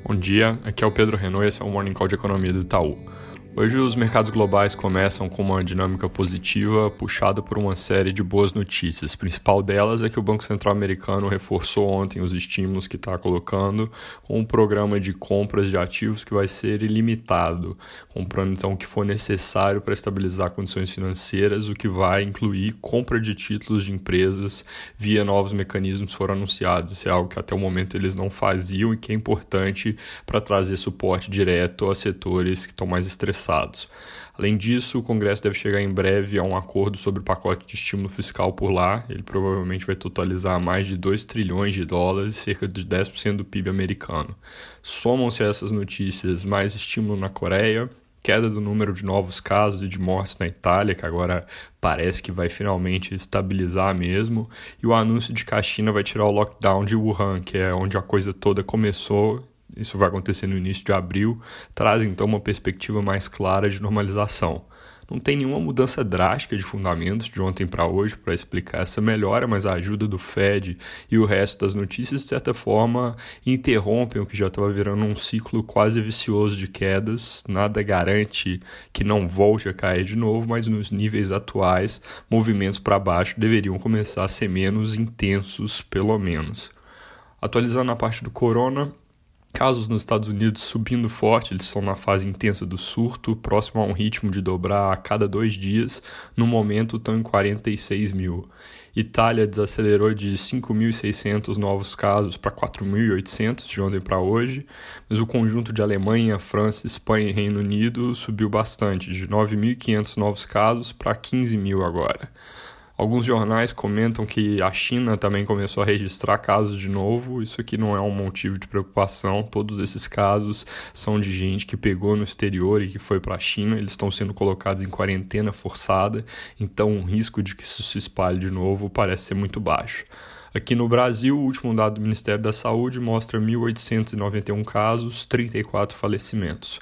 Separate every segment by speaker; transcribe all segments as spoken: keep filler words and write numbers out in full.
Speaker 1: Bom dia, aqui é o Pedro Renault e esse é o Morning Call de Economia do Itaú. Hoje os mercados globais começam com uma dinâmica positiva puxada por uma série de boas notícias. A principal delas é que o Banco Central americano reforçou ontem os estímulos que está colocando com um programa de compras de ativos que vai ser ilimitado, comprando então o que for necessário para estabilizar condições financeiras, o que vai incluir compra de títulos de empresas via novos mecanismos que foram anunciados. Isso é algo que até o momento eles não faziam e que é importante para trazer suporte direto a setores que estão mais estressados. Além disso, o Congresso deve chegar em breve a um acordo sobre o pacote de estímulo fiscal por lá. Ele provavelmente vai totalizar mais de dois trilhões de dólares, cerca de dez por cento do P I B americano. Somam-se a essas notícias mais estímulo na Coreia, queda do número de novos casos e de mortes na Itália, que agora parece que vai finalmente estabilizar mesmo, e o anúncio de que a China vai tirar o lockdown de Wuhan, que é onde a coisa toda começou. Isso vai acontecer no início de abril, traz então uma perspectiva mais clara de normalização. Não tem nenhuma mudança drástica de fundamentos de ontem para hoje para explicar essa melhora, mas a ajuda do Fed e o resto das notícias, de certa forma, interrompem o que já estava virando um ciclo quase vicioso de quedas. Nada garante que não volte a cair de novo, mas nos níveis atuais, movimentos para baixo deveriam começar a ser menos intensos, pelo menos. Atualizando a parte do corona, casos nos Estados Unidos subindo forte, eles estão na fase intensa do surto, próximo a um ritmo de dobrar a cada dois dias, no momento estão em quarenta e seis mil. Itália desacelerou de cinco mil e seiscentos novos casos para quatro mil e oitocentos de ontem para hoje, mas o conjunto de Alemanha, França, Espanha e Reino Unido subiu bastante, de nove mil e quinhentos novos casos para quinze mil agora. Alguns jornais comentam que a China também começou a registrar casos de novo. Isso aqui não é um motivo de preocupação. Todos esses casos são de gente que pegou no exterior e que foi para a China. Eles estão sendo colocados em quarentena forçada, então o risco de que isso se espalhe de novo parece ser muito baixo. Aqui no Brasil, o último dado do Ministério da Saúde mostra mil oitocentos e noventa e um casos, trinta e quatro falecimentos.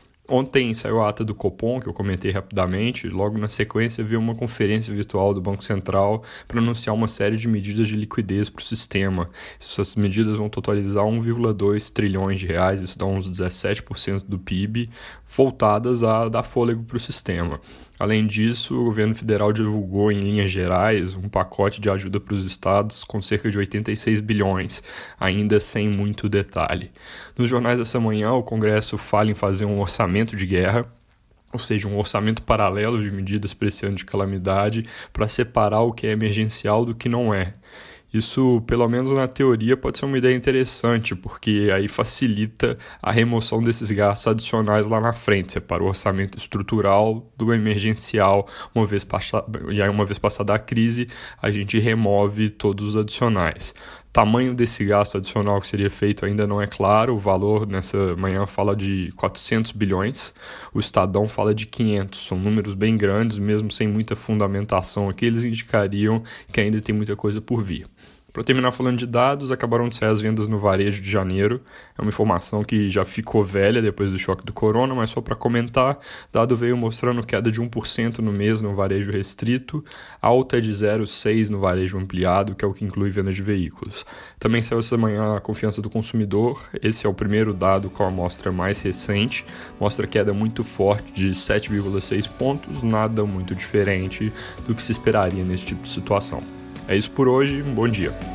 Speaker 1: Ontem saiu a ata do Copom, que eu comentei rapidamente, logo na sequência veio uma conferência virtual do Banco Central para anunciar uma série de medidas de liquidez para o sistema. Essas medidas vão totalizar um vírgula dois trilhões de reais, isso dá uns dezessete por cento do P I B, voltadas a dar fôlego para o sistema. Além disso, o governo federal divulgou em linhas gerais um pacote de ajuda para os estados com cerca de oitenta e seis bilhões, ainda sem muito detalhe. Nos jornais dessa manhã, o Congresso fala em fazer um orçamento de guerra, ou seja, um orçamento paralelo de medidas para esse ano de calamidade, para separar o que é emergencial do que não é. Isso, pelo menos na teoria, pode ser uma ideia interessante, porque aí facilita a remoção desses gastos adicionais lá na frente. Separa o orçamento estrutural do emergencial. Uma vez passada, e aí, uma vez passada a crise, a gente remove todos os adicionais. O tamanho desse gasto adicional que seria feito ainda não é claro. O valor nessa manhã fala de quatrocentos bilhões, o Estadão fala de quinhentos. São números bem grandes, mesmo sem muita fundamentação aqui, eles indicariam que ainda tem muita coisa por vir. Para terminar falando de dados, acabaram de sair as vendas no varejo de janeiro. É uma informação que já ficou velha depois do choque do corona, mas só para comentar, dado veio mostrando queda de um por cento no mês no varejo restrito, alta de zero vírgula seis por cento no varejo ampliado, que é o que inclui venda de veículos. Também saiu essa manhã a confiança do consumidor. Esse é o primeiro dado com a amostra mais recente, mostra queda muito forte de sete vírgula seis pontos, nada muito diferente do que se esperaria nesse tipo de situação. É isso por hoje, um bom dia.